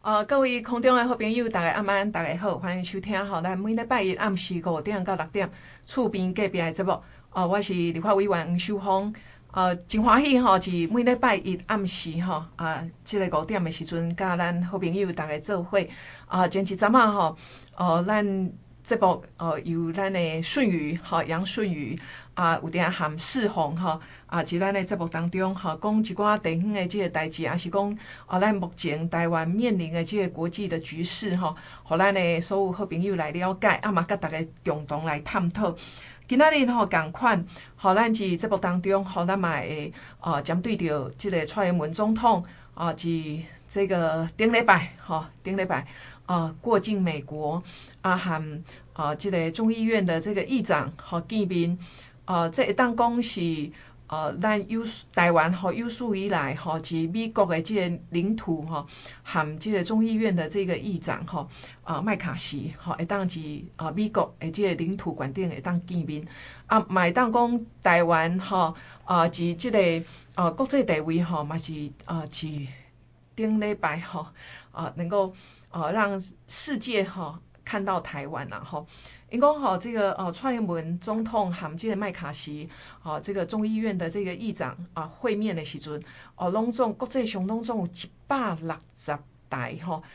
各位空中的好朋友，大家晚安，大家好，欢迎收听咱每礼拜一暗时5点到6点，厝边隔壁的节目。我是立法委员黄秀芳。真欢喜是每礼拜一暗时这个5点的时阵，甲咱好朋友大家做伙。前一阵咱节目由咱的顺宇杨顺宇有定含释放伫咱的节目当中讲一寡地方的这个代志，也是讲咱目前台湾面临的这个国际的局势互咱的所有好朋友来了解，嘛甲大家共同来探讨。今仔日同款，咱伫节目当中，咱嘛会针对着这个蔡英文总统伫这个顶礼拜过境美国和这个众议院的这个议长见面，这会当讲是咱台湾有史以来伫美国的这个领土和这个众议院的这个议长麦卡锡会当伫美国的这个领土馆顶会当见面，嘛会当讲台湾伫这个国际地位嘛是伫顶礼拜能够让世界看到台湾啦因讲这个蔡英文总统和这个麦卡锡这个众议院的这个议长会面的时阵拢总国际上拢总有160台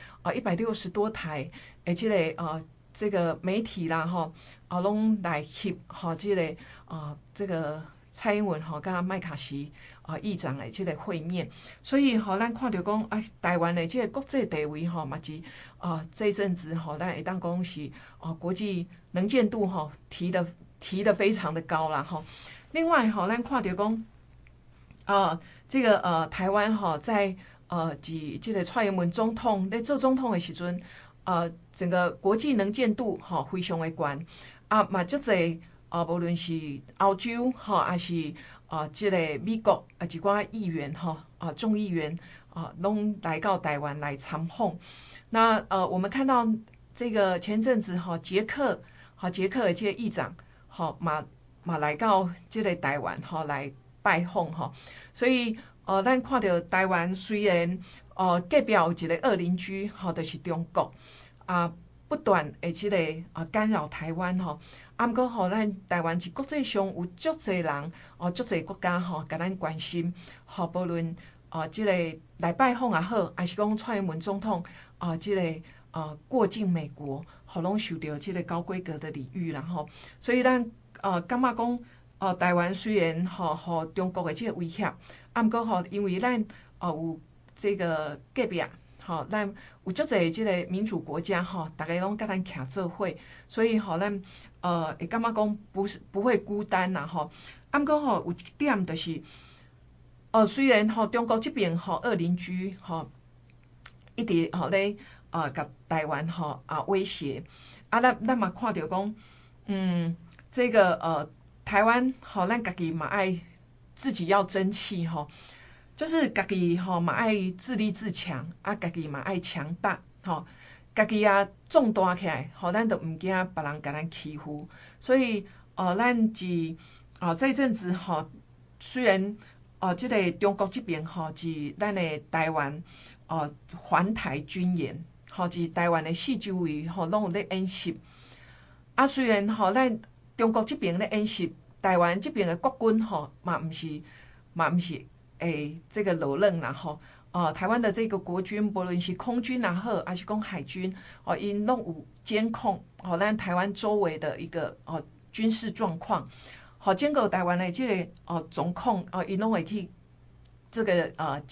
160多台的这个媒体啦拢来翕这个蔡英文甲麦卡锡议长的这个会面，所以咱看到讲台湾的这个国际地位嘛是这一阵子咱会当讲是国际能见度提得非常的高啦另外咱看到讲这个台湾在伫这个蔡英文总统在做总统的时阵整个国际能见度非常的高嘛足侪无论是欧洲还是这个美国一寡议员众议员拢来到台湾来参访。那我们看到这个前阵子捷克的这个议长嘛来到这个台湾来拜访所以咱看到台湾虽然隔壁有一个恶邻居就是中国不断的这个干扰台湾不过咱台湾是国际上有足侪人足侪国家甲咱关心无论这个来拜访也好，还是讲蔡英文总统这个过境美国拢受到这个高规格的礼遇啦所以咱感觉讲台湾虽然互中国的这个威胁不过因为咱有这个隔壁咱有足侪即个民主国家大家拢甲咱徛做伙，所以咱会感觉讲不会孤单啦不过有一点就是虽然中国这边恶邻居一直咧甲台湾威胁咱嘛看到讲这个台湾咱家己嘛爱自己要争气就是家己嘛爱自立自强家己嘛爱强大家己壮大起来咱就唔惊别人甲咱欺负，所以咱是这一阵子虽然这个中国这边是咱的台湾环台军演是台湾的四周围拢有咧演习虽然咱中国这边咧演习，台湾这边的国军嘛唔是这个落冷啦台湾的这个国军，不论是空军也好，还是讲海军因拢有监控咱台湾周围的一个军事状况经过台湾的这个总控因拢会去这个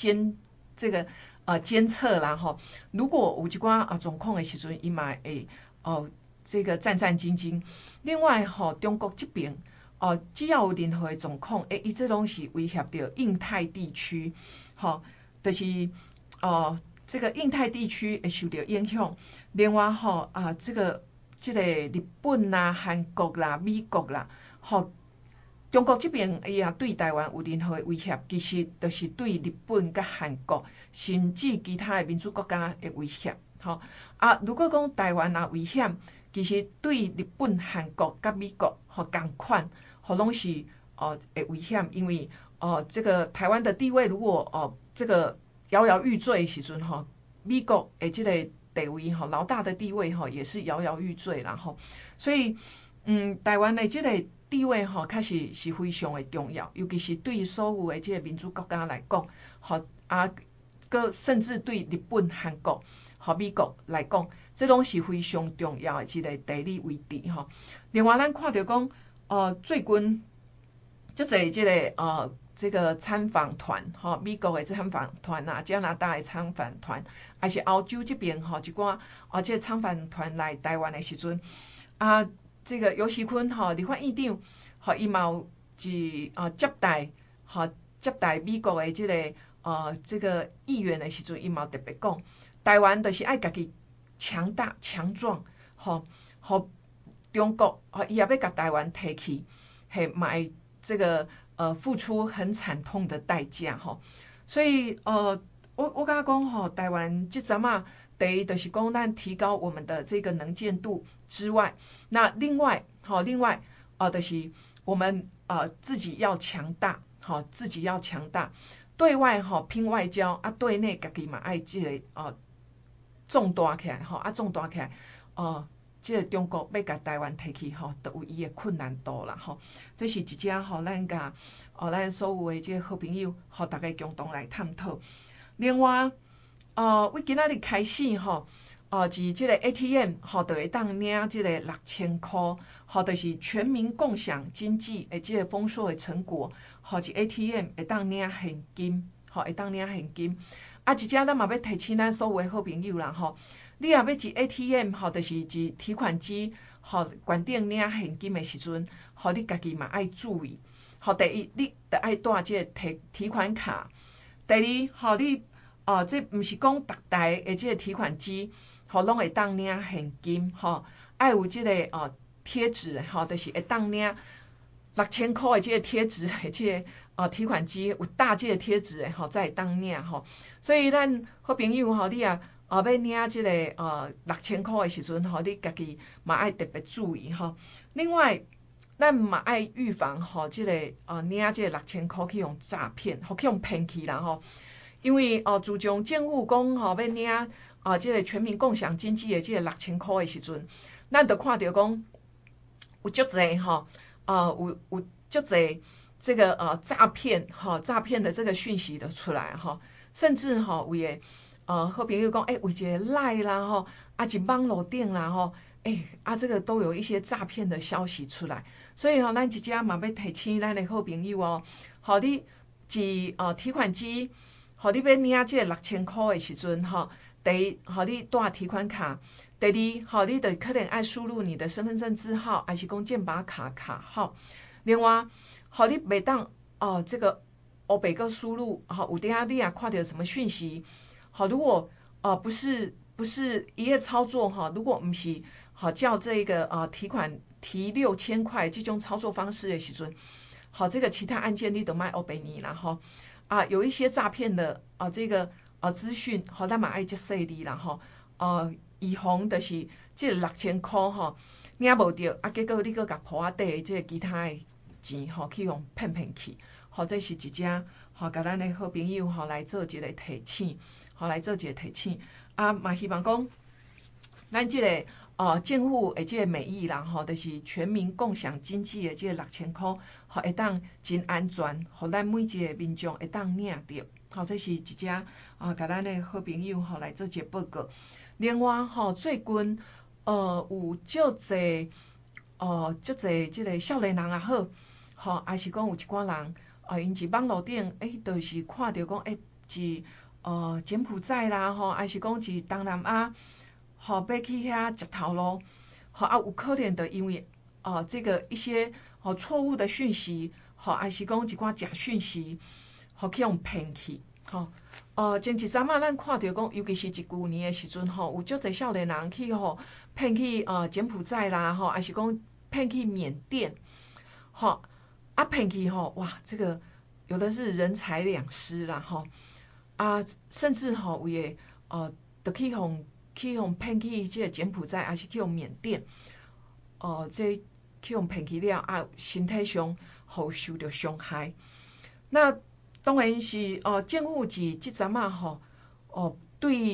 监测啦如果有一寡状况的时阵，伊嘛会这个战战兢兢。另外中国这边只要有任何的状况伊这拢是威胁到印太地区就是这个印太地区会受到影响。另外这个日本啦、韩国啦、美国啦中国这边伊也对台湾有任何的威胁，其实就是对日本甲韩国甚至其他的民主国家的威胁如果讲台湾也危险，其实对日本、韩国甲美国同款拢是会危险，因为这个台湾的地位如果这个摇摇欲坠的时阵美国的这个地位吼，老大的地位吼，也是摇摇欲坠啦吼。所以，台湾的这个地位吼，确实是非常的重要，尤其是对所有的这个民主国家来讲，吼甚至对日本、韩国、和美国来讲，这拢是非常重要的一个地理位置吼。另外，咱看到讲，最近即个这个参访团吼，美国的参访团啊，加拿大的参访团，还是欧洲这边吼一寡这个参访团来台湾的时阵这个尤锡坤立法院长伊嘛有接待美国的这个议员的时阵，伊嘛特别讲，台湾就是爱家己强大强壮中国伊也要甲台湾提起，嘛会这个付出很惨痛的代价所以我感觉讲台湾这阵第一就是讲咱提高我们的这个能见度之外，那另外就是我们自己要强大自己要强大，对外拼外交对内家己嘛爱这个壮大起来壮大起来这个中国要甲台湾提起都有伊的困难度啦这是一只咱甲咱所有的这个好朋友大家共同来探讨。另外为今仔日开始是这个 ATM 就会当领这个6000块就是全民共享经济的这个丰硕的成果是 ATM 会当领现金会当领现金一只咱嘛要提醒咱所有的好朋友啦你若要一 ATM 就是一提款机关顶领现金的时阵你家己嘛爱注意第一你得爱带这个提款卡，第二你这毋是讲逐台的这个提款机拢会当领现金爱有这个贴纸就是会当领6000块的这个贴纸的这个提款机有大这个贴纸的才会当领所以咱好朋友你要领这个6000块的时阵你家己嘛爱特别注意另外咱嘛爱预防这个领这个6000块去用诈骗去用骗去啦因为自从政府讲要领这个全民共享经济的这个6000块的时阵，咱就看到讲有足侪有足侪这个诈骗的这个讯息就出来甚至为的好朋友讲为一个LINE啦一网络顶啦这个都有一些诈骗的消息出来，所以咱一只嘛要提醒咱的好朋友你一提款机你要领这个6000块的时阵第一你带提款卡，第二你就可能爱输入你的身份证字号还是讲健保卡号，另外你袂当这个黑白个输入有等下你也看到什么讯息如果不是一页操作如果不是叫这个提款提6000块这种操作方式的时阵这个其他案件你都卖黑白你啦有一些诈骗的这个资讯咱嘛爱接细腻啦以防就是这个6000块领无到结果你搁甲铺底的这个其他的钱去用骗去这是一只甲咱的好朋友来做一个提醒来做一个提醒嘛希望讲咱这个政府的这个美意啦就是全民共享经济的这个6000块会当真安全互咱每一个民众会当领到这是一只甲咱的好朋友来做一个报告。另外最近有足侪这个少年人也好还是讲有一寡人因伫网络顶就是看到讲是柬埔寨啦还是讲是东南亚要去遐食头路有可能就因为这个一些错误的讯息还是讲一寡假讯息去用骗去前一阵咱看到讲，尤其是一旧年的时阵有足侪少年人去骗去柬埔寨啦还是讲骗去缅甸骗去哇这个有的是人财两失啦甚至为就去用骗去这个柬埔寨还是去用缅甸这去用骗去了身体上受到伤害。那当然是政府是即阵对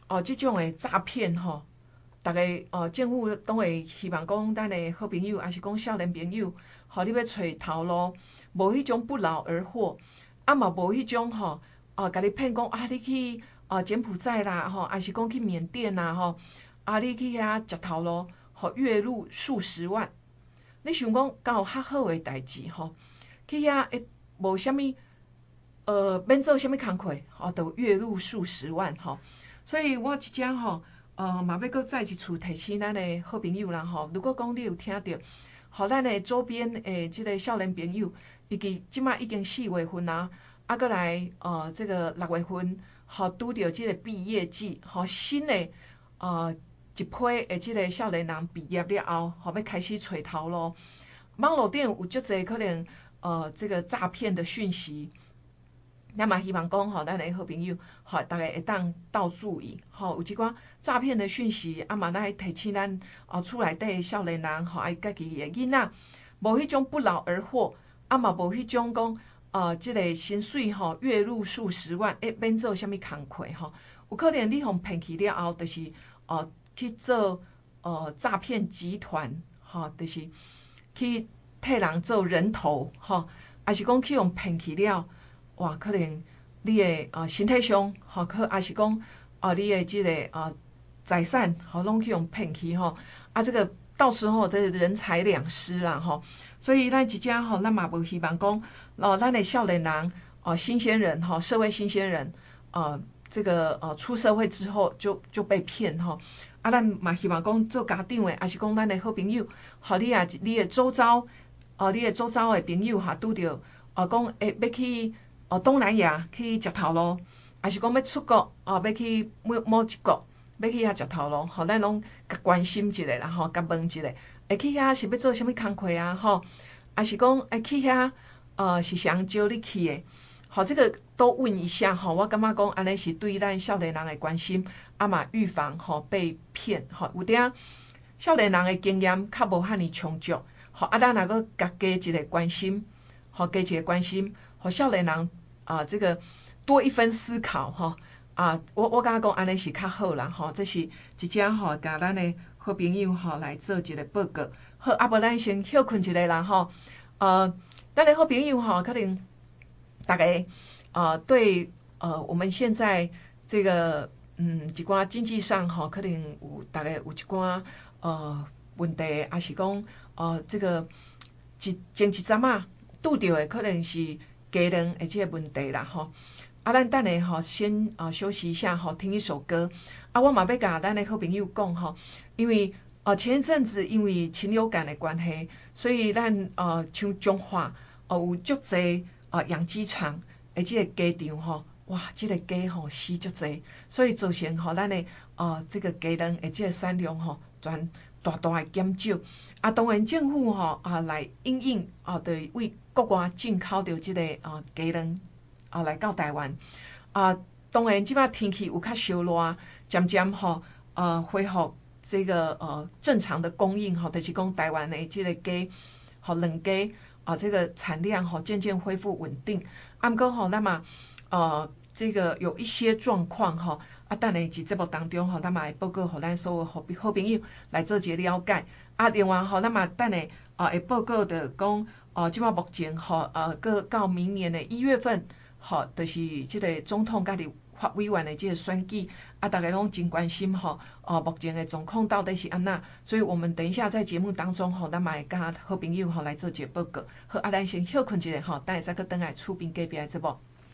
即种的诈骗吼，大家政府拢会希望讲咱的好朋友，还是讲少年朋友，你要找头路，无迄种不劳而获，嘛无迄种甲你骗讲你去柬埔寨啦还是讲去缅甸啦你去遐食头路，月入数十万。你想讲敢有较好的代志去遐会无啥物免做啥物工课都月入数十万所以我即只嘛要搁再一次提醒咱的好朋友啦如果讲你有听到，咱的周边的即个少年朋友，以及即马已经4月份啊，搁来这个6月份拄着即个毕业季新的一批的即个少年人毕业了后要开始找头路。网络顶有足侪可能这个诈骗的讯息。咱嘛希望讲咱的好朋友大家会当倒注意有即寡诈骗的讯息嘛来提醒咱厝内底的少年人爱家己的囡仔，无迄种不劳而获嘛无迄种讲即个薪水月入数十万免做啥物工课有可能你互骗去了后，就是去做诈骗集团就是去替人做人头还是讲去互骗去了。哇，可能你的身体上还是讲你的这个财产拢去用骗去这个到时候这人财两失啦所以咱即只咱嘛无希望讲咱的少年人新鲜人社会新鲜人这个出社会之后就被骗咱嘛希望讲做家长的，还是讲咱的好朋友你的周遭的朋友拄着讲要去东南亚去食头路，还是讲要出国要去某一国要去遐食头路咱拢甲关心一下啦甲问一下，会去遐是要做啥物工课还是讲会去遐是谁招你去的这个都问一下我感觉讲安尼是对咱少年人的关心嘛预防被骗有点少年人的经验较无遐尼充足咱若阁加一个关心加一个关心少年人这个多一分思考我感觉讲安尼是较好啦这是一只甲咱的好朋友来做一个报告好无咱先休困一下啦咱的好朋友可能大家对我们现在这个一寡经济上可能有大家有一寡问题，还是讲这个前一阵拄着的可能是家人的这个问题啦咱等下先休息一下听一首歌我嘛要甲咱的好朋友讲因为前一阵子因为禽流感的关系，所以咱像中华有足侪养鸡场的这个鸡场哇，这个鸡死足侪，所以造成咱的这个鸡蛋的这个产量全大大的减少当然政府来因应就为国外进口到这个鸡蛋来到台湾当然即摆天气有较烧热，渐渐恢复这个正常的供应就是讲台湾的这个鸡卵鸡这个产量渐渐恢复稳定不过咱嘛这个有一些状况等下伫节目当中咱嘛会报告互咱所有好朋友来做一个了解另外咱嘛等下会报告的讲即摆目前搁到明年的1月份就是这个总统甲立法委员的这个选举大家拢真关心目前的状况到底是安那，所以我们等一下在节目当中咱嘛会甲好朋友来做一个报告好咱先休困一下等下再搁转来厝边隔壁的节目。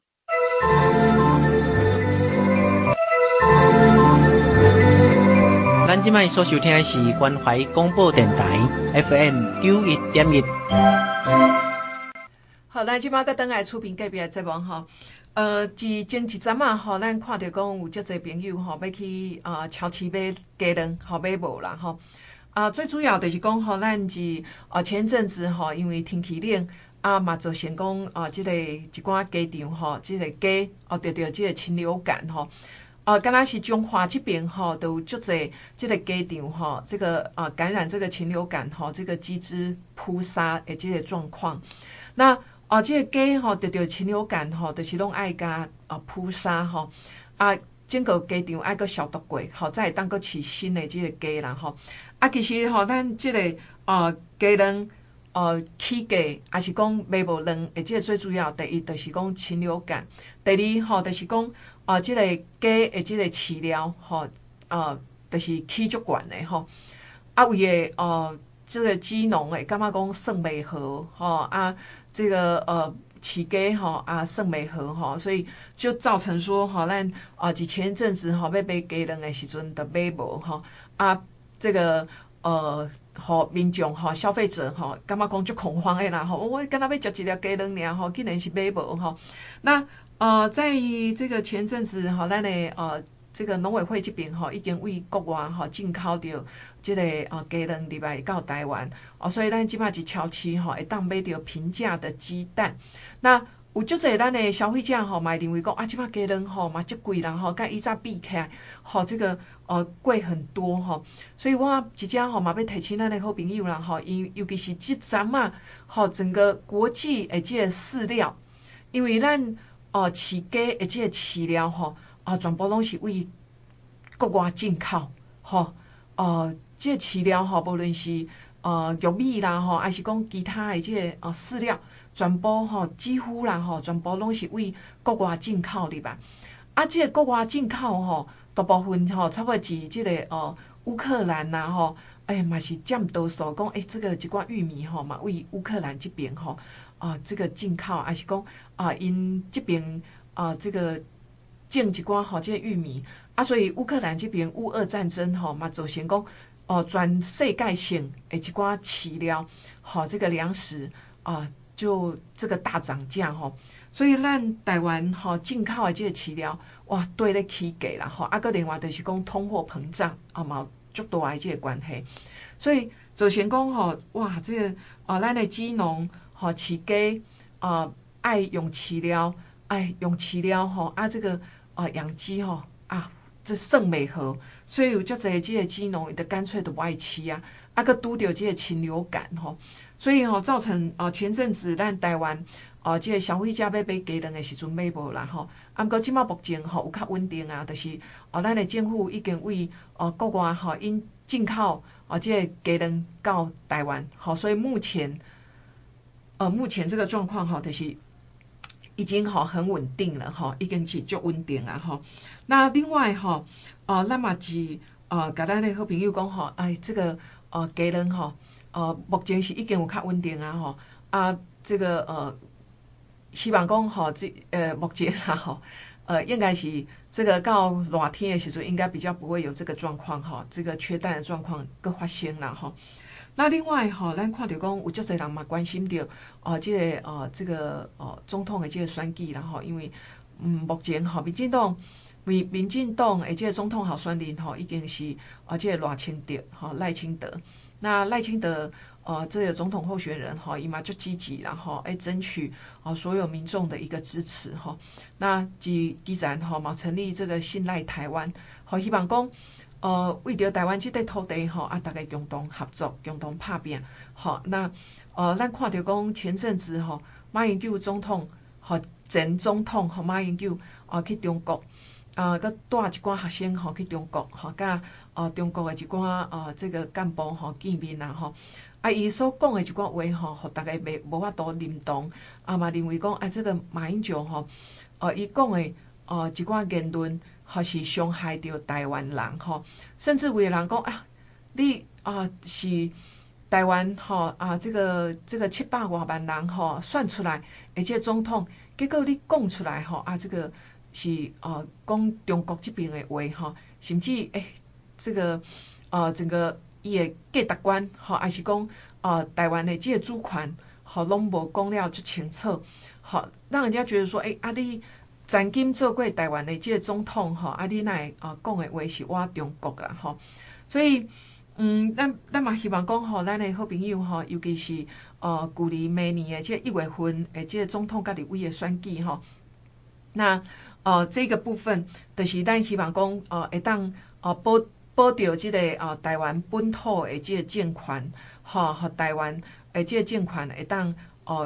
咱即摆所收听的是关怀广播电台 FM 91.1。 好，咱即摆搁转来厝边隔壁的节目自前一阵咱看到讲有足侪朋友要去超市买鸡蛋买无啦最主要就是讲咱是前阵子因为天气冷嘛造成讲即个一寡鸡场即个鸡得到即个禽流感敢若是中华这边都有足侪即个鸡场这个感染这个禽流感这个鸡只扑杀的即个状况。那即个鸡得到禽流感就是拢爱甲扑杀即整个鸡场爱搁消毒过，吼，才会当搁饲新的即个鸡啦，吼。啊，其实吼，咱即个鸡卵起价，也是讲卖无卵的，即个最主要第一就是讲禽流感，第二吼就是讲即个鸡的即个饲料吼就是起足悬的吼。啊，为的这个鸡农会感觉讲算袂好吼啊，这个饲鸡吼啊算袂好吼，所以就造成说吼，咱以前一阵子吼要买鸡卵的时阵都买无吼啊，这个互民众吼消费者吼感觉讲足恐慌的啦吼，我敢若要食一粒鸡卵尔吼，竟然是买无吼。那在在这个前阵子吼，咱的这个农委会这边吼，已经为国外吼进口着这个鸡卵入来到台湾所以咱即摆一超市吼会当买到平价的鸡蛋。那有足侪咱的消费者吼，嘛会认为讲即摆鸡卵吼嘛足贵啦吼，甲以前比起来吼，这个贵很多吼。所以我即只吼嘛要提醒咱的好朋友啦吼，尤其是即阵吼，整个国际的这个饲料，因为咱饲鸡的这个饲料吼全部拢是为国外进口吼，这个饲料吼，无论是玉米啦吼，还是讲其他的这个饲料，全部吼几乎啦吼，全部拢是为国外进口入来。这个国外进口吼，大部分吼差不多是这个乌克兰呐吼，嘛是占多数。讲这个一寡玉米吼嘛，为乌克兰这边吼这个进口，还是讲因这边这个种一寡吼这个玉米所以乌克兰这边乌俄战争吼嘛，造成讲全世界性的一寡饲料这个粮食就这个大涨价吼，所以咱台湾进口的这个饲料哇对咧起价啦吼，个另外就是讲通货膨胀嘛有足大的这个关系，所以造成讲哇这个咱的鸡农饲鸡爱用饲料，用饲料这个养鸡这算袂好，所以有足侪即个鸡农，伊就干脆就不爱饲个拄着即个禽流感所以造成前阵子咱台湾即个消费者要买鸡卵的时阵买无啦毋过即马目前有较稳定就是咱的政府已经为国外因进口即个鸡卵到台湾所以目前这个状况就是已经很稳定了已经是足稳定啊那另外咱嘛是甲咱的好朋友讲这个鸡卵目前是已经有较稳定这个希望讲目前应该是这个到热天的时阵，应该比较不会有这个状况这个缺蛋的状况搁发生啦那另外咱看到讲有足侪人嘛关心到这个总统的这个选举啦因为目前民进党的这个总统候选人已经是这个赖清德那赖清德这个总统候选人伊嘛就积极啦争取所有民众的一个支持那既然嘛成立这个信赖台湾希望讲为着台湾这块土地大家共同合作共同打拼那咱看到讲前阵子马英九总统前总统马英九去中国佮带一寡学生去中国甲中国的一寡这个干部见面伊所讲的一寡话互大家无法度认同嘛认为讲这个马英九伊讲的一寡言论是伤害到台湾人甚至有的人讲你是台湾这个700多万人选出来的这个总统，结果你讲出来这个是讲中国这边的话甚至这个整个伊的价值观还是讲台湾的这个主权拢无讲了足清楚让人家觉得说你曾经做过台湾的这个总统你哪会讲的话是我中国啦所以咱嘛希望讲咱的好朋友尤其是距离明年的这1月份的这个总统甲立委的选举那这个部分就是咱希望讲会当保着这个台湾本土的这个政权和台湾的这个政权会当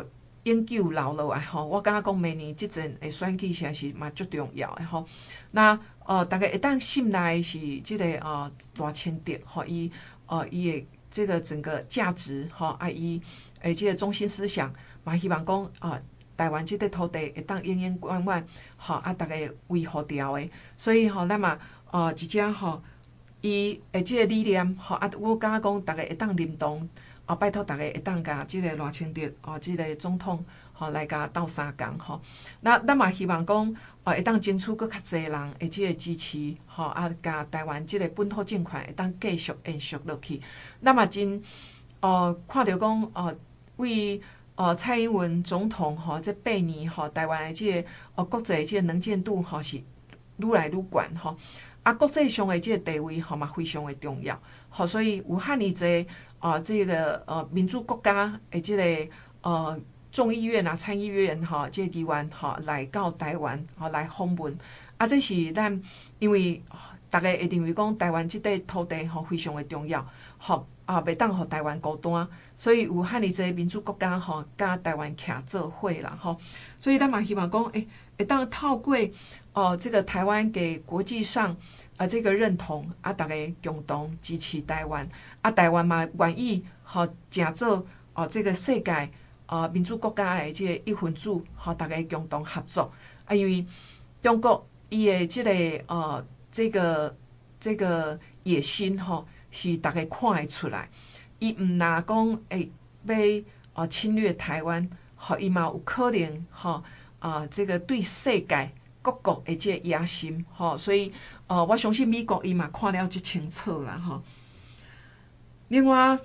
永久留落来吼。我感觉讲明年即阵的选举实在是嘛足重要的吼。那大家会当信赖是即个赖清德吼，伊的这个整个价值吼，伊即个中心思想嘛，希望讲台湾即块土地会当永永远远吼大家维护掉的。所以吼，咱嘛一只吼，伊的即个理念吼我感觉讲大家会当认同。拜托大家会当甲即个赖清德即个总统来甲斗相共吼。那咱嘛希望讲会当争取搁较侪人的即个支持甲台湾即个本土政权会当继续延续落去。咱嘛真看到讲为蔡英文总统这8年台湾的即个国际即个能见度是愈来愈悬吼。国际上的即个地位嘛非常的重要，所以有遐尼侪这个民主国家的即个众议院参议院即个议员来到台湾来访问，这是咱因为大家会认为讲台湾即块土地非常的重要，袂当互台湾孤单，所以有遐尼侪民主国家甲台湾徛做伙啦所以咱嘛希望讲会当透过这个台湾给国际上这个认同大家共同支持台湾台湾嘛愿意成做这个世界民主国家的这个一份子大家共同合作因为中国伊的这个这个野心是大家看会出来，伊毋若讲要侵略台湾伊嘛有可能这个对世界各国的这个野心所以我相信美国伊嘛看了即清楚啦另外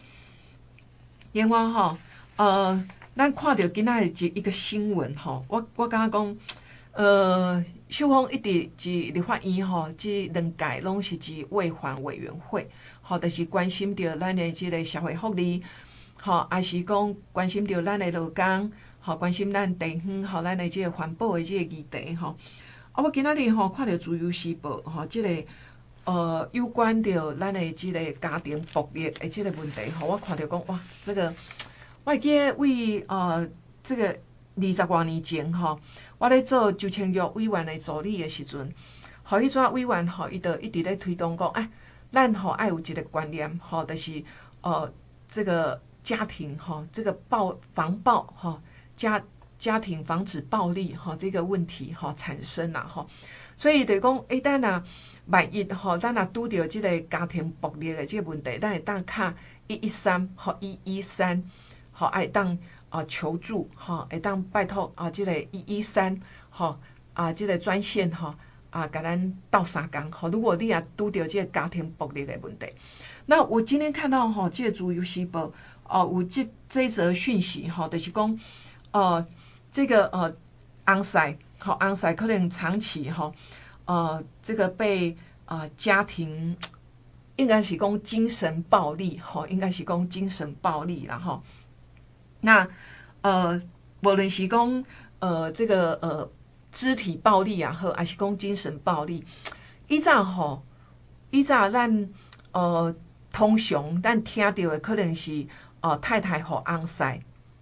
咱看到今仔日一个新闻我感觉讲秀峰一直是立法院即2届拢是一卫环委员会就是关心到咱的即个社会福利还是讲关心到咱的劳工关心咱地方咱的即个环保的即个议题我今仔日看到自由时报即个有关到咱的即个家庭暴力的即个问题我看到讲哇，这个我会记得为这个20多年前我咧做周清玉委员的助理的时阵，迄阵委员伊就一直咧推动讲咱爱有一个观念就是这个家庭这个防暴家庭防止暴力这个问题产生啦所以就是讲咱万一咱拄到这个家庭暴力的这个问题，咱会当敲113会当求助会当拜托这个113这个专线甲咱斗相共如果你也拄到这个家庭暴力的问题，那我今天看到这个自由时报有这一则讯息就是讲这个翁婿可能长期这个被家庭应该是讲精神暴力应该是讲精神暴力啦那无论是讲这个肢体暴力还是讲精神暴力，以早咱通常咱听到的可能是太太互翁婿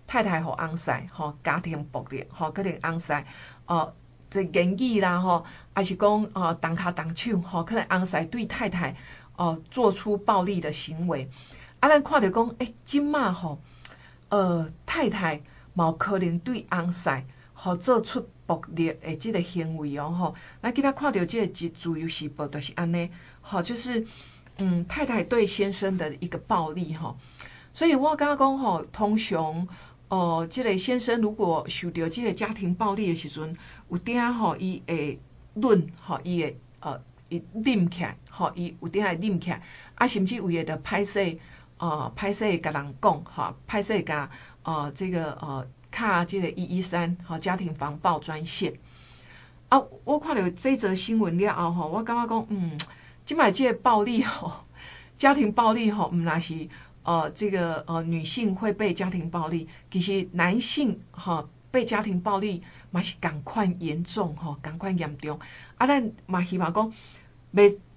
家庭暴力可能翁婿这言语啦还是讲动脚动手可能翁婿对太太做出暴力的行为咱看到讲即马太太嘛有可能对翁婿做出暴力的这个行为咱今仔看到这个自由时报就是安尼就是太太对先生的一个暴力所以我感觉讲通常这个先生如果受到这个家庭暴力的时阵，有点伊会忍伊会伊忍起来伊有点会忍起来甚至有诶着歹势甲人讲歹势甲这个敲这个113家庭防暴专线我看到这则新闻了后我感觉讲即摆这个暴力家庭暴力毋若是这个女性会被家庭暴力，其实男性被家庭暴力嘛是同款严重同款严重咱嘛希望讲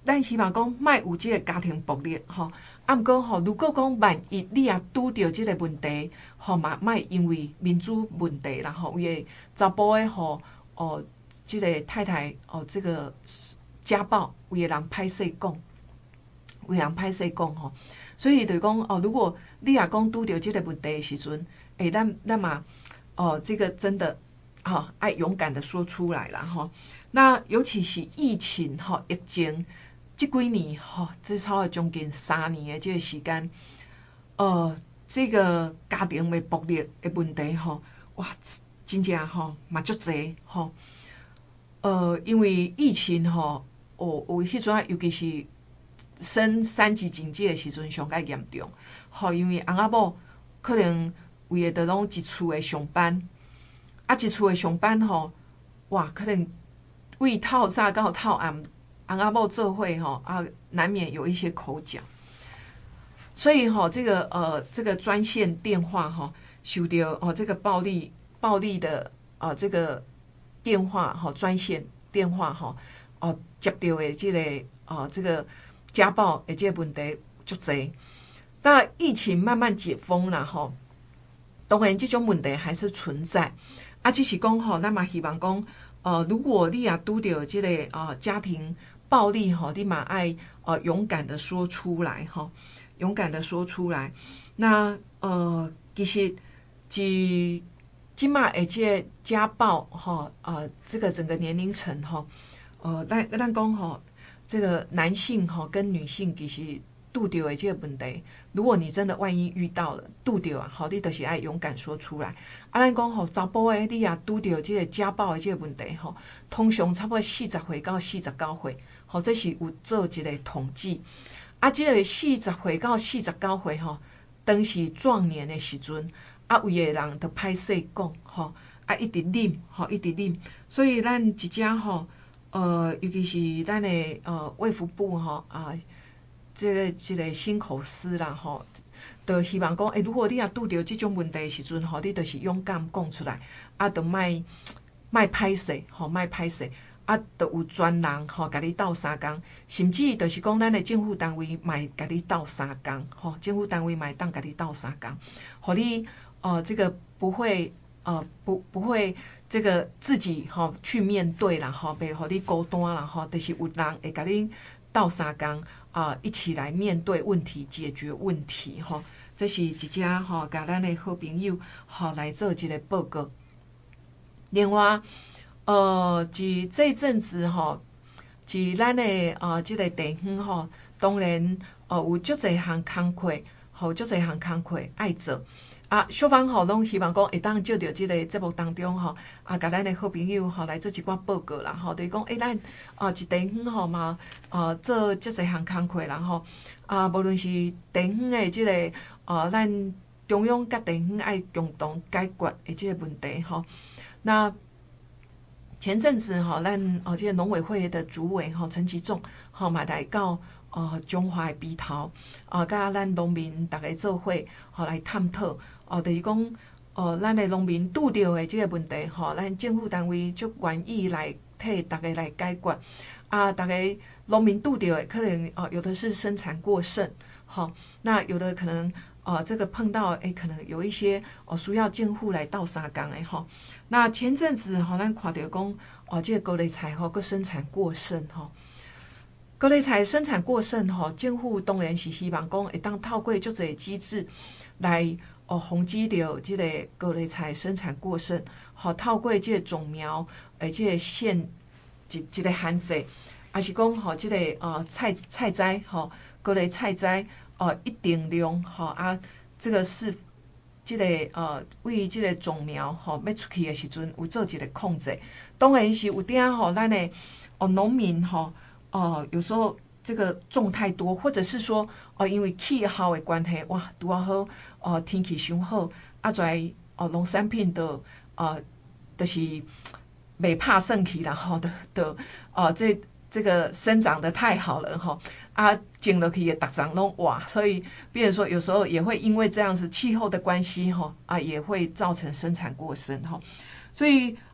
咱希望讲莫有即个家庭暴力吼。啊，毋过吼，如果讲万一你也拄着即个问题，吼嘛莫因为民主问题啦吼，因为查甫诶吼即个太太这个家暴，有个人歹势讲，有个人歹势讲吼，所以就是讲如果你也讲拄着即个问题的时阵，咱嘛这个真的爱勇敢的说出来啦吼。那尤其是疫情疫情。这几年至少将近3年的这个时间，这个家庭的暴力的问题哇，真正嘛足侪因为疫情有迄阵，尤其是升3级警戒的时阵上较严重因为翁仔某可能为着拢一厝的上班，一厝的上班哇，可能为透早到透暗。翁仔某做伙难免有一些口角，所以这个专线电话收到这个暴力的这个电话专线电话接到的这个家暴的这个问题足侪。那疫情慢慢解封啦当然这种问题还是存在只是讲咱嘛希望讲如果你也拄到这个家庭暴力你嘛爱勇敢的说出来勇敢的说出来。那其实今嘛的这个家暴这个整个年龄层咱讲这个男性跟女性其实拄到的这个问题，如果你真的万一遇到了拄到你就是爱勇敢说出来。咱讲查甫的你也拄到这个家暴的这个问题通常差不多40岁到49岁。这是有做一个统计这个40岁到49岁当时壮年的时阵有的人就歹势讲一直啉一直啉，所以咱一只尤其是咱的卫福部这个新口司啦就希望讲如果你也拄到这种问题的时阵你就是勇敢讲出来就莫歹势莫歹势就有专人甲你斗3工，甚至就是讲咱的政府单位嘛会甲你斗3工政府单位嘛会当甲你斗3工，互你这个不会不会这个自己去面对啦袂互你孤单啦就是有人会甲你斗3工一起来面对问题，解决问题这是一只甲咱的好朋友来做一个报告。另外即这阵子即咱的这个地方当然有足侪项工课足侪项工课爱做小芳拢希望讲会当借着这个节目当中甲咱的好朋友来做一寡报告啦就是讲咱一地方嘛做足侪项工课啦无论是地方的这个咱中央甲地方爱共同解决的这个问题那前阵子咱这个农委会的主委陈其仲嘛来到中华的鼻头甲咱农民大家做伙来探讨就是讲咱的农民拄到的这个问题咱政府单位就愿意来替大家来解决大家农民拄到的可能有的是生产过剩那有的可能这个碰到可能有一些需要政府来斗3工的那前阵子咱看到讲这个高丽菜佫生产过剩高丽菜生产过剩政府当然是希望讲会当透过足侪机制来防止到这个高丽菜生产过剩透过这个种苗这个限一个限制，还是讲这个菜栽高丽菜栽一定量这个是这个为这个种苗要出去的时阵有做一个控制。当然是有点咱的农民有时候这个种太多，或者是说因为气候的关系哇拄好天气伤好跩农产品就是袂拍算去啦这个生长得太好了种落去也逐丛拢活，所以变成说有时候也会因为这样子气候的关系也会造成生产过剩所以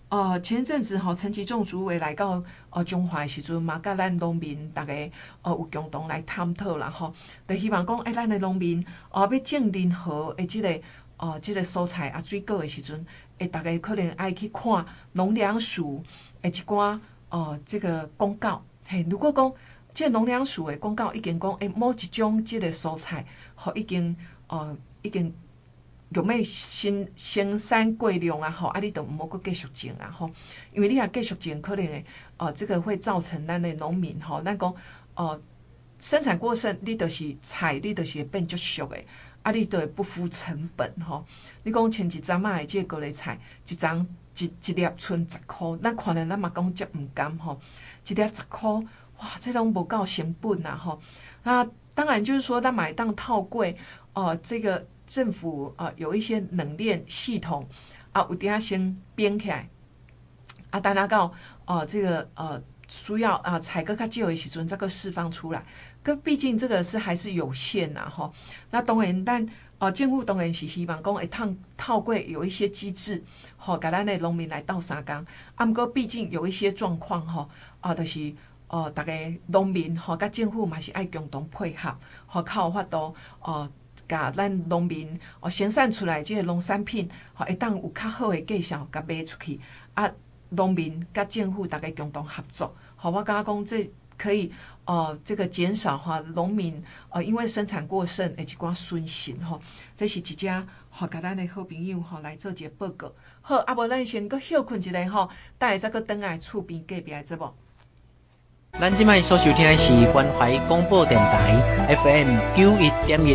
前一阵子陈吉仲主委来到中华的时阵嘛，甲咱农民大家有共同来探讨啦就希望讲咱的农民要种任何的这个蔬菜水果的时阵，大家可能爱去看农粮署的一寡这个公告。如果讲这农粮署的广告已经讲，某一种这个蔬菜，已经玉米生产过量你就唔好继续种因为你继续种，可能这个会造成咱的农民咱讲生产过剩，你就是菜，你就是会变足俗的，你就会不敷成本你讲前一阵的这个高丽菜，一张一粒剩10块，咱看了咱嘛讲足唔甘一粒10块，哇，这种无够成本那当然就是说，咱买当套柜这个政府有一些冷链系统有点先编起来等下到这个需要采购较少的时阵再个释放出来。可毕竟这个还是有限那当然但政府当然是希望讲会套过有一些机制给咱的农民来斗相共不过毕竟有一些状况就是大家农民甲政府嘛是爱共同配合较有法度甲咱农民生产出来这个农产品会当有较好的价钱甲卖出去农民甲政府大家共同合作我感觉讲这可以这个减少农民因为生产过剩的一寡损失这是一只甲咱的好朋友来做一个报告。好无咱先搁休困一下等下再搁转来厝边隔壁的节目。 咱即摆所收听的是关怀广播电台 FM 91.1。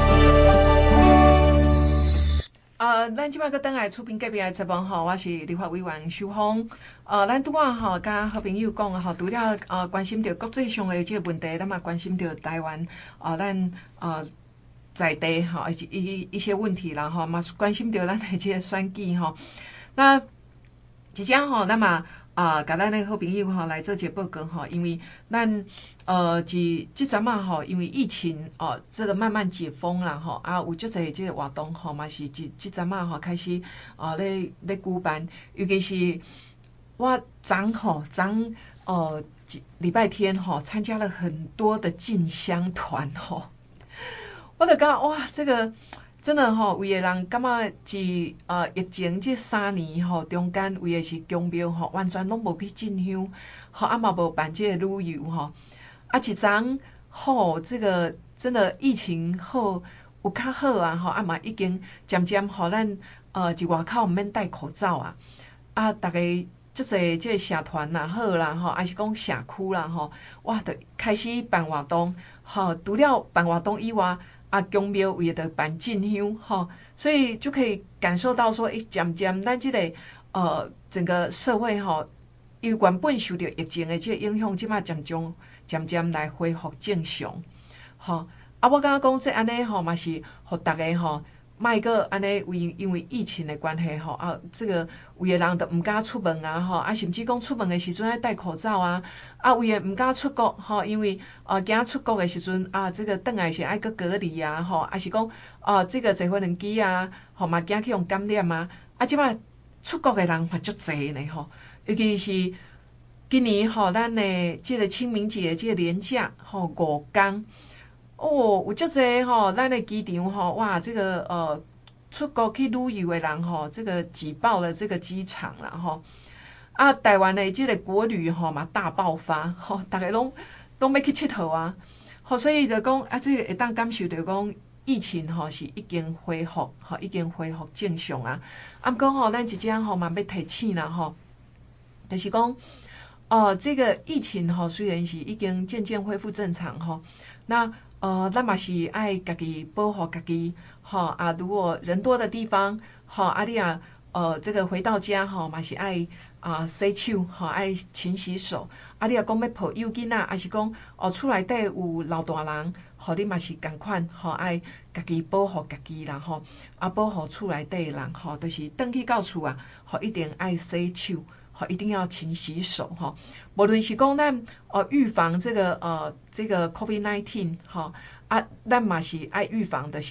咱即摆搁转来厝边隔壁的节目我是立法委员秀芳。咱拄仔甲好朋友讲除了关心着国际上的这个问题，咱嘛关心着台湾咱在地一些问题啦嘛是关心着咱的这个选举那即将咱嘛甲咱的好朋友来做一个报告因为咱这阵因为疫情这个慢慢解封啦有足侪这个活动嘛是这阵开始咧举办，尤其是我昨礼拜天参加了很多的进香团我就感觉哇，这个真的有的人感觉是疫情这3年中间有的是公庙完全拢无去进香嘛无办这个旅游一张这个真的疫情好有较好嘛已经渐渐咱伫外口毋免戴口罩大家即个这个社团好啦还是讲社区啦哇就开始办活动除了办活动以外公庙也得办进香所以就可以感受到说渐渐咱这个整个社会因为原本受到疫情的这个影响，即摆渐渐来恢复正常我感觉讲这安尼嘛是互大家莫个安尼因为疫情的关系这个有的人就毋敢出门甚至讲出门的时阵爱戴口罩有的毋敢出国因为惊出国的时阵这个转来是爱搁隔离还是讲这个坐飞轮机嘛惊去用感染即摆出国的人嘛足侪呢尤其是今年咱的这个清明节这个连假5天有足侪咱的机场哇，这个出国去旅游的人这个挤爆了这个机场啦台湾的这个国旅嘛大爆发大家拢要去佚佗所以就讲这个会当感受到讲疫情是已经恢复已经恢复正常不过咱即将嘛要提醒啦就是讲这个疫情虽然是已经渐渐恢复正常那咱嘛是爱家己保护家己如果人多的地方你这个回到家嘛是爱洗手爱勤洗手你若讲要抱幼囡仔还是讲厝内底有老大人你嘛是同款爱家己保护家己啦保护厝内底的人就是转去到厝一定爱洗手一定要勤洗手无论是讲咱预防这个COVID-19 咱嘛是爱预防，就是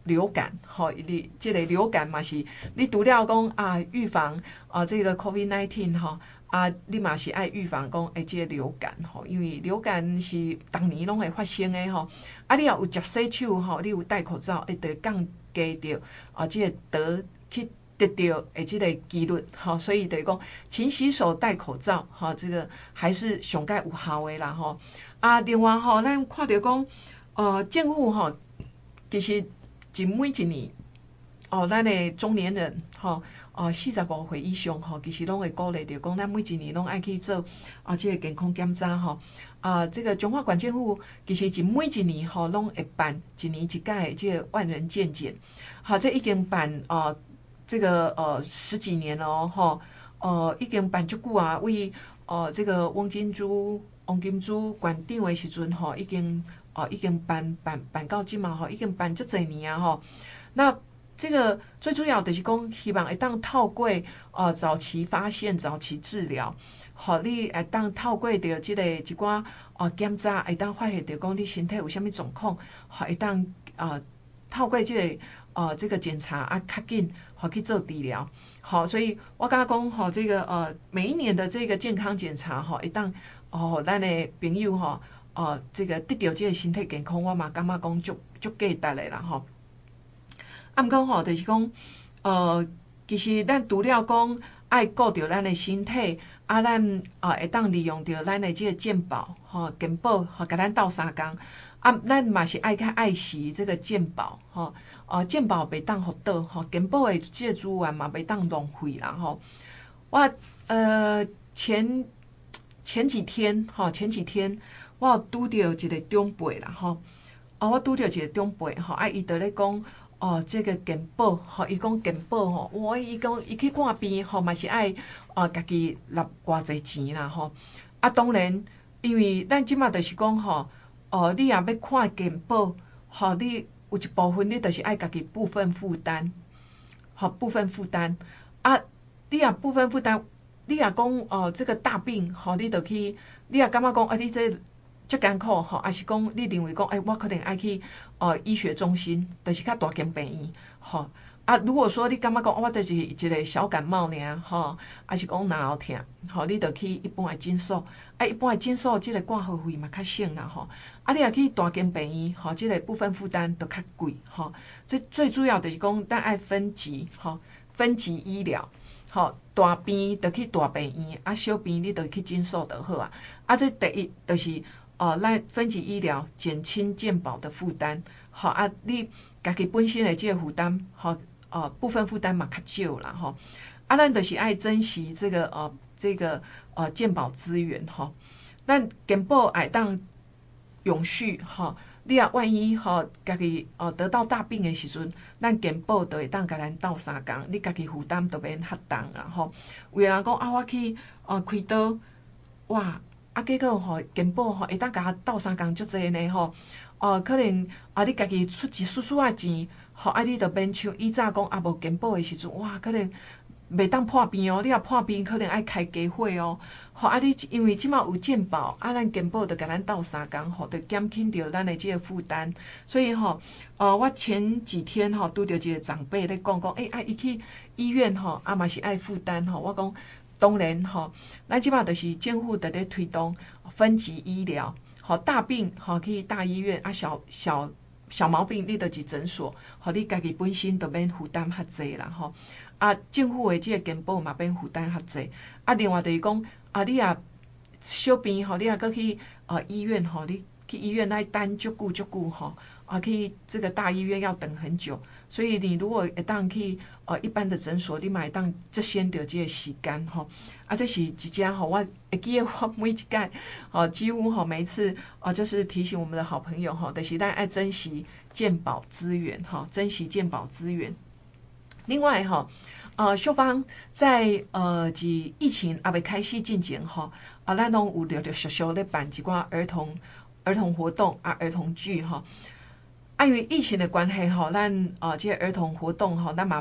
流感，你这个流感嘛是，你除了讲啊预防这个 COVID-19 你嘛是爱预防讲这个流感因为流感是当年拢会发生的你若有接洗手你有戴口罩，会得降低着这个去得到的这个几率所以就是讲勤洗手、戴口罩这个还是上界有效的啦另外咱看到讲政府其实每一年咱的中年人45岁以上其实拢会鼓励着讲咱每一年拢爱去做这个健康检查这个中华县政府其实每一年拢会办一年一届的这个万人健检这已经办这个10几年了已经办足久为这个王金珠县长的时阵已经办到即嘛已经办足侪年那这个最主要就是讲希望会当透过早期发现、早期治疗你会当透过着这个一寡检查会当发现着讲你身体有啥物状况会当透过这个检查较紧去做治疗所以我感觉讲这个每一年的这个健康检查会当咱的朋友这个得到这个身体健康，我嘛感觉讲足价值的啦毋过就是讲其实咱除了讲爱顾着咱的身体咱会当利用着咱的这个健保健保甲咱斗相共咱嘛是爱较爱惜这个健保健保袂当互倒健保的这个资源嘛袂当浪费啦我前几天我有拄着一个长辈啦我拄着一个长辈伊就咧讲这个健保伊讲健保伊讲伊去看病嘛是爱家己纳偌济钱啦当然因为咱即马就是讲你若要看健保你有一部分你就是爱家己部分负担你若部分负担你若讲这个大病你就去你若感觉讲你这足艰苦还是讲你认为讲我可能爱去医学中心，就是较大间病院如果说你感觉讲我就是一个小感冒尔还是讲哪后痛你就去一般的诊所一般的诊所这个挂号费嘛较省啦你若去大间病院这个部分负担就较贵这最主要就是讲咱爱分级医疗大病就去大病院小病你就去诊所就好这第一就是咱分级医疗减轻健保的负担你家己本身的这个负担部分负担嘛较少啦咱就是爱珍惜这个健保资源咱健保会当永续你若万一家己得到大病的时阵，咱健保就会当甲咱斗相共，你家己负担就免较重啦有的人讲我去开刀哇结果健保会当甲斗相共足济呢可能你家己出一丝丝仔钱你就免像以早讲无健保的时阵哇可能袂当破病你若破病可能爱开家伙你因为即马有健保咱健保就甲咱斗相共就减轻着咱的这个负担所以我前几天拄着一个长辈咧讲伊去医院嘛是爱负担我讲当然咱即马就是政府在咧推动分级医疗大病去大医院小毛病你就去诊所你家己本身就免负担较济啦政府的这个健保嘛免负担较济另外就是讲你若小病你若搁去医院你去医院爱等足久去这个大医院要等很久所以你如果会当去一般的诊所你嘛会当节省到这个时间这是一家我会记得我每一届几乎每一次就是提醒我们的好朋友就是咱爱珍惜健保资源珍惜健保资源另外秀芳在疫情还未开始进前咱拢有陆陆续续咧办一寡儿童活动儿童剧因为疫情的关系咱这个儿童活动咱嘛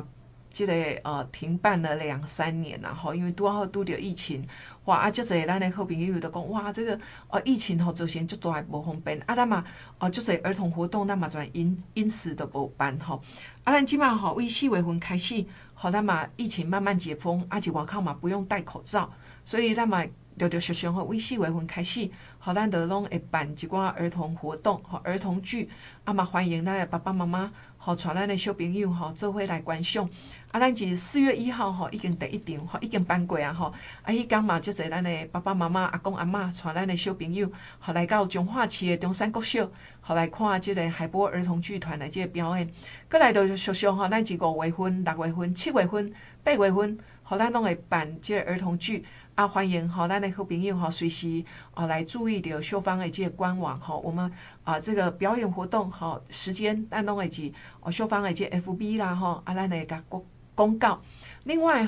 这个停办了2-3年啦吼，因为拄着疫情，哇啊，足侪咱的好朋友都讲，哇，这个疫情造成足大无方便，啊，咱嘛足侪儿童活动，咱嘛全因此都无办吼。啊，咱即马为4月份开始，咱嘛疫情慢慢解封，啊，伫外口嘛不用戴口罩，所以咱嘛陆陆续续为4月份开始，咱就拢会办一寡儿童活动，儿童剧，啊嘛欢迎咱的爸爸妈妈，带咱的小朋友做伙来观赏。啊，咱是4月1号已经第一场已经办过啊啊，迄天嘛足侪咱的爸爸妈妈、阿公阿嬷带咱的小朋友，来到彰化市的中山国小，来看即个海波儿童剧团的即个表演。过来就陆续咱是5月份、6月份、7月份、8月份，咱拢会办即个儿童剧。啊，欢迎咱的好朋友随时来注意着秀芳的这个官网我们这个表演活动时间咱拢会是秀芳的这 FB 啦咱会甲公告。另外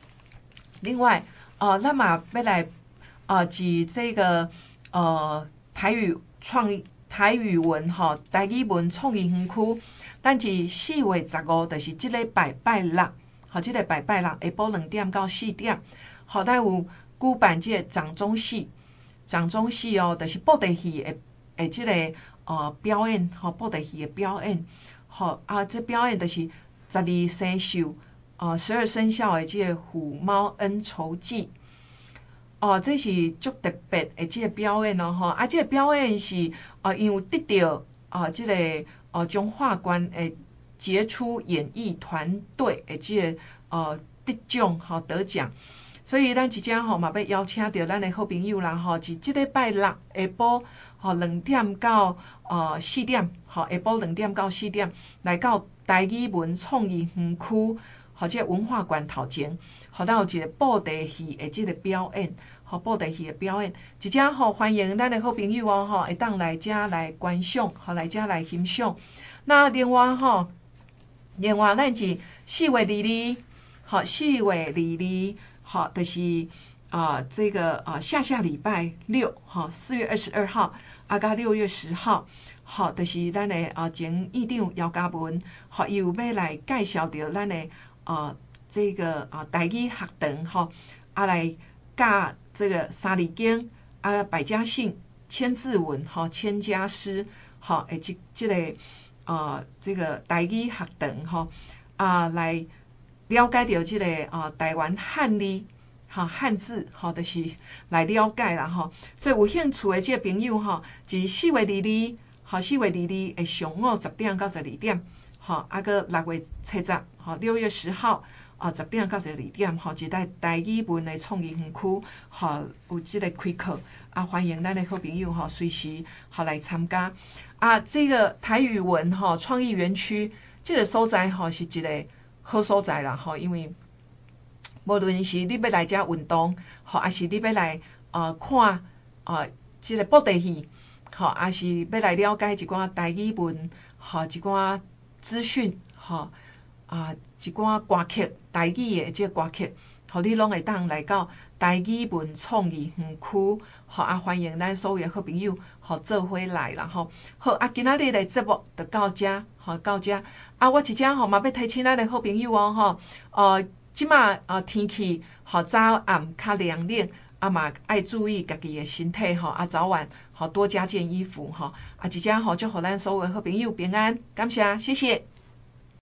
咱嘛要来是这个台语文台语文创意园区，咱是4月15，就是即礼拜拜六，即礼拜拜六下晡2点到4点。咱有举办即个掌中戏就是布袋戏的即个表演布袋戏的表演这表演就是12生肖12生肖的即个虎猫恩仇记这是足特别的即个表演即个表演是因为得到即个彰化县的杰出演艺团队的即个得奖得奖。所以咱即只嘛要邀请到咱的好朋友啦是即礼拜六下晡2点到4点下晡2点到4点来到台语文创意园区即个文化馆头前，咱有一个布袋戏的即个表演布袋戏的表演，即只欢迎咱的好朋友会当来遮来观赏来遮来欣赏。那另外咱是4月22 4月22就是这个下礼拜六4月22号到6月10号就是咱的前议长姚嘉文又要来介绍到咱的这个台语学堂来教这个三字经百家姓、千字文千家诗这个这个台语学堂来了解到即个台湾汉字汉字就是来了解啦所以有兴趣的即个朋友是4月22的上午10点到12点个6月70 6月10号10点到12点是在台语文的创意园区有即个开课欢迎咱的好朋友随时来参加这个台语文创意园区这个所在是一个好所在啦因为无论是你要来遮运动还是你要来看即个布袋戏还是要来了解一寡台语文一寡资讯一寡歌曲台语的即个歌曲你拢会当来到台语文创意园区欢迎咱所有的好朋友做伙来啦好今仔日的节目就到遮到遮我即只嘛要提醒咱的好朋友即马天气早暗较凉冷嘛爱注意家己的身体早晚多加件衣服即只祝福咱所有的好朋友平安，感谢，谢谢。